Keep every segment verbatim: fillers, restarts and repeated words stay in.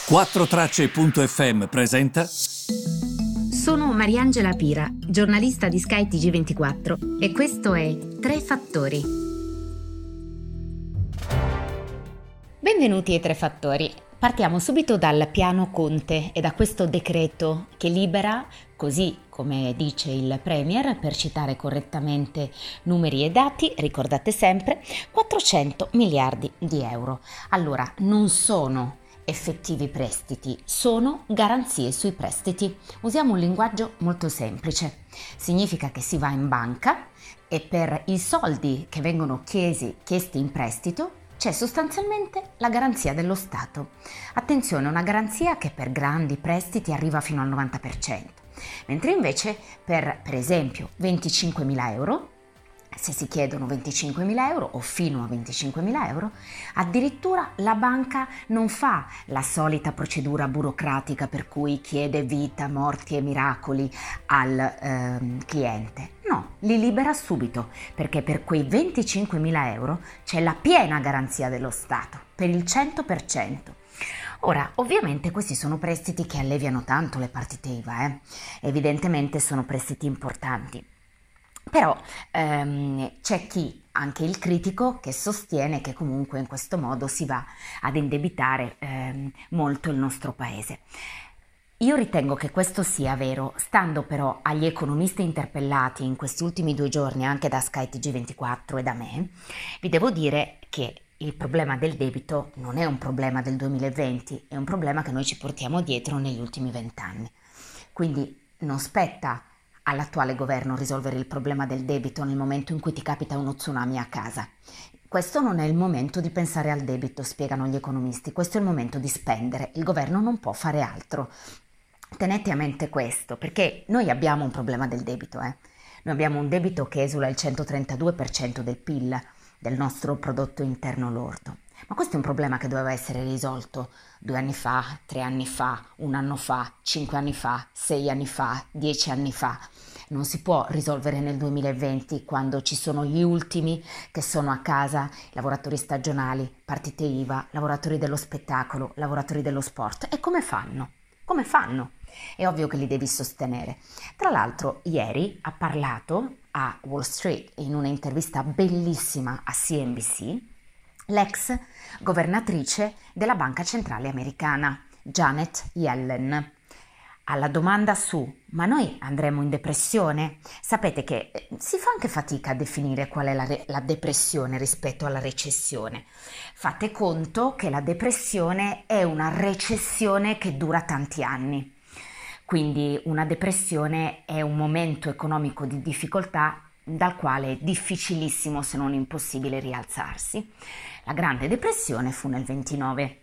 quattro tracce punto effe emme presenta. Sono Mariangela Pira, giornalista di Sky T G ventiquattro e questo è Tre Fattori. Benvenuti ai Tre Fattori. Partiamo subito dal piano Conte e da questo decreto che libera, così come dice il Premier, per citare correttamente numeri e dati, ricordate sempre, quattrocento miliardi di euro. Allora, non sono effettivi prestiti, sono garanzie sui prestiti. Usiamo un linguaggio molto semplice. Significa che si va in banca e per i soldi che vengono chiesi, chiesti in prestito c'è sostanzialmente la garanzia dello Stato. Attenzione, una garanzia che per grandi prestiti arriva fino al novanta per cento, mentre invece per, per esempio, venticinquemila euro, se si chiedono venticinquemila euro o fino a venticinquemila euro, addirittura la banca non fa la solita procedura burocratica per cui chiede vita, morti e miracoli al ehm, cliente. No, li libera subito, perché per quei venticinquemila euro c'è la piena garanzia dello Stato, per il cento per cento. Ora, ovviamente questi sono prestiti che alleviano tanto le partite I V A, eh? Evidentemente sono prestiti importanti. Però ehm, c'è chi, anche il critico, che sostiene che comunque in questo modo si va ad indebitare ehm, molto il nostro paese. Io ritengo che questo sia vero, stando però agli economisti interpellati in questi ultimi due giorni anche da Sky T G ventiquattro e da me, vi devo dire che il problema del debito non è un problema del duemilaventi, è un problema che noi ci portiamo dietro negli ultimi vent'anni. Quindi non spetta all'attuale governo risolvere il problema del debito nel momento in cui ti capita uno tsunami a casa. Questo non è il momento di pensare al debito, spiegano gli economisti, questo è il momento di spendere, il governo non può fare altro. Tenete a mente questo, perché noi abbiamo un problema del debito, eh? Noi abbiamo un debito che esula il centotrentadue per cento del P I L, del nostro prodotto interno lordo. Ma questo è un problema che doveva essere risolto due anni fa, tre anni fa, un anno fa, cinque anni fa, sei anni fa, dieci anni fa. Non si può risolvere nel duemilaventi quando ci sono gli ultimi che sono a casa, lavoratori stagionali, partite I V A, lavoratori dello spettacolo, lavoratori dello sport. E come fanno? Come fanno? È ovvio che li devi sostenere. Tra l'altro, ieri ha parlato a Wall Street in un'intervista bellissima a C N B C l'ex governatrice della Banca Centrale Americana, Janet Yellen. Alla domanda su «ma noi andremo in depressione?» Sapete che si fa anche fatica a definire qual è la, re- la depressione rispetto alla recessione. Fate conto che la depressione è una recessione che dura tanti anni. Quindi una depressione è un momento economico di difficoltà dal quale è difficilissimo se non impossibile rialzarsi. La Grande Depressione fu nel ventinove.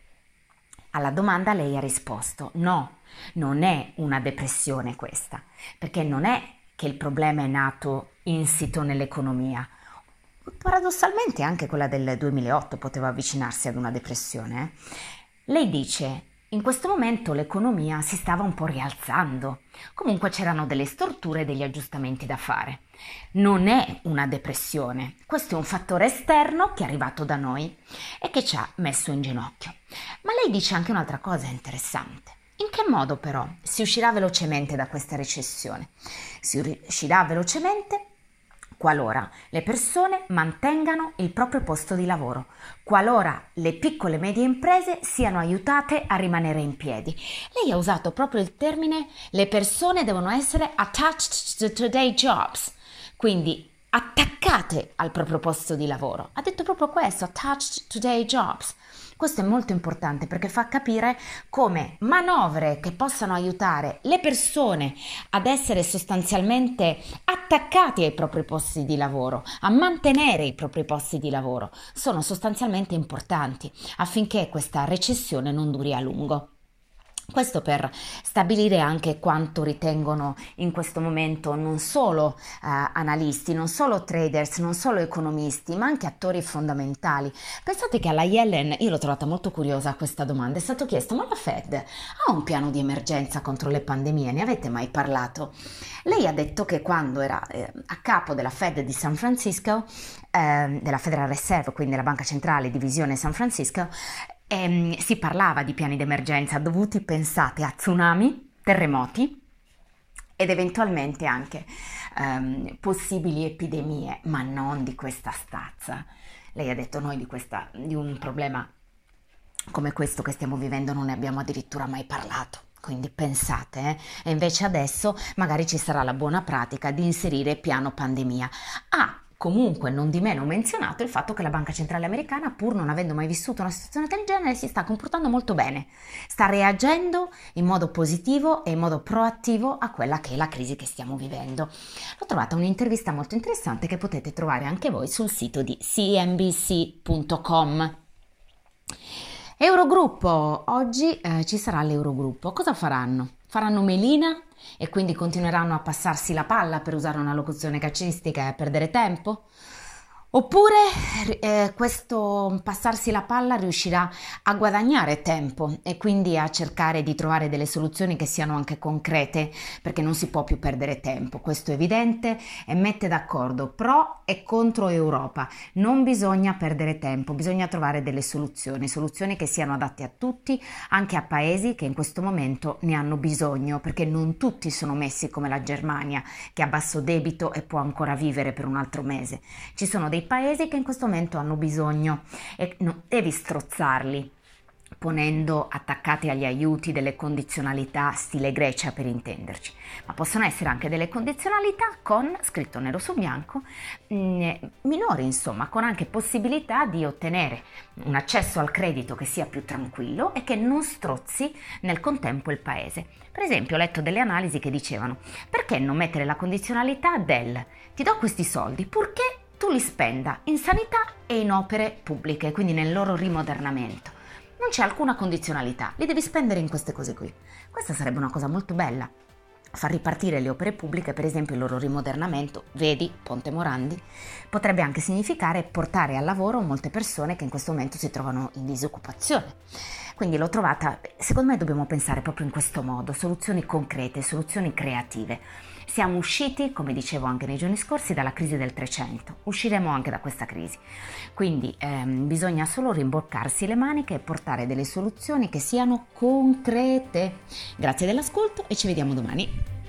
Alla domanda lei ha risposto no, non è una depressione questa, perché non è che il problema è nato insito nell'economia. Paradossalmente anche quella del duemilaotto poteva avvicinarsi ad una depressione. Eh? Lei dice in questo momento l'economia si stava un po' rialzando, comunque c'erano delle storture e degli aggiustamenti da fare. Non è una depressione, questo è un fattore esterno che è arrivato da noi e che ci ha messo in ginocchio. Ma lei dice anche un'altra cosa interessante. In che modo però si uscirà velocemente da questa recessione? Si uscirà velocemente qualora le persone mantengano il proprio posto di lavoro, qualora le piccole e medie imprese siano aiutate a rimanere in piedi. Lei ha usato proprio il termine le persone devono essere attached to their jobs, quindi attaccate al proprio posto di lavoro. Ha detto proprio questo, attached to their jobs. Questo è molto importante perché fa capire come manovre che possano aiutare le persone ad essere sostanzialmente attaccati ai propri posti di lavoro, a mantenere i propri posti di lavoro, sono sostanzialmente importanti affinché questa recessione non duri a lungo. Questo per stabilire anche quanto ritengono in questo momento non solo eh, analisti, non solo traders, non solo economisti, ma anche attori fondamentali. Pensate che alla Yellen, io l'ho trovata molto curiosa questa domanda, è stato chiesto: ma la Fed ha un piano di emergenza contro le pandemie? Ne avete mai parlato? Lei ha detto che quando era eh, a capo della Fed di San Francisco, eh, della Federal Reserve, quindi della Banca Centrale Divisione San Francisco, ehm, si parlava di piani d'emergenza dovuti, pensate, a tsunami, terremoti ed eventualmente anche ehm, possibili epidemie, ma non di questa stazza. Lei ha detto: noi di, questa, di un problema come questo che stiamo vivendo non ne abbiamo addirittura mai parlato. Quindi pensate, eh? E invece adesso magari ci sarà la buona pratica di inserire piano pandemia. Ah, comunque non di meno menzionato il fatto che la Banca Centrale Americana, pur non avendo mai vissuto una situazione del genere, si sta comportando molto bene, sta reagendo in modo positivo e in modo proattivo a quella che è la crisi che stiamo vivendo. L'ho trovata un'intervista molto interessante che potete trovare anche voi sul sito di C N B C punto com. Eurogruppo, oggi eh, ci sarà l'Eurogruppo. Cosa faranno? Faranno melina e quindi continueranno a passarsi la palla, per usare una locuzione calcistica, e a perdere tempo? Oppure eh, questo passarsi la palla riuscirà a guadagnare tempo e quindi a cercare di trovare delle soluzioni che siano anche concrete, perché non si può più perdere tempo, questo è evidente, e mette d'accordo pro e contro Europa. Non bisogna perdere tempo, bisogna trovare delle soluzioni, soluzioni che siano adatte a tutti, anche a paesi che in questo momento ne hanno bisogno, perché non tutti sono messi come la Germania, che ha basso debito e può ancora vivere per un altro mese. Ci sono dei paesi che in questo momento hanno bisogno e non devi strozzarli ponendo attaccati agli aiuti delle condizionalità stile Grecia, per intenderci, ma possono essere anche delle condizionalità con, scritto nero su bianco, mh, minori, insomma, con anche possibilità di ottenere un accesso al credito che sia più tranquillo e che non strozzi nel contempo il paese. Per esempio, ho letto delle analisi che dicevano: perché non mettere la condizionalità del ti do questi soldi purché tu li spenda in sanità e in opere pubbliche, quindi nel loro rimodernamento. Non c'è alcuna condizionalità, li devi spendere in queste cose qui. Questa sarebbe una cosa molto bella. Far ripartire le opere pubbliche, per esempio il loro rimodernamento, vedi Ponte Morandi, potrebbe anche significare portare al lavoro molte persone che in questo momento si trovano in disoccupazione. Quindi l'ho trovata, secondo me dobbiamo pensare proprio in questo modo, soluzioni concrete, soluzioni creative. Siamo usciti, come dicevo anche nei giorni scorsi, dalla crisi del trecento, usciremo anche da questa crisi, quindi ehm, bisogna solo rimboccarsi le maniche e portare delle soluzioni che siano concrete. Grazie dell'ascolto e ci vediamo domani.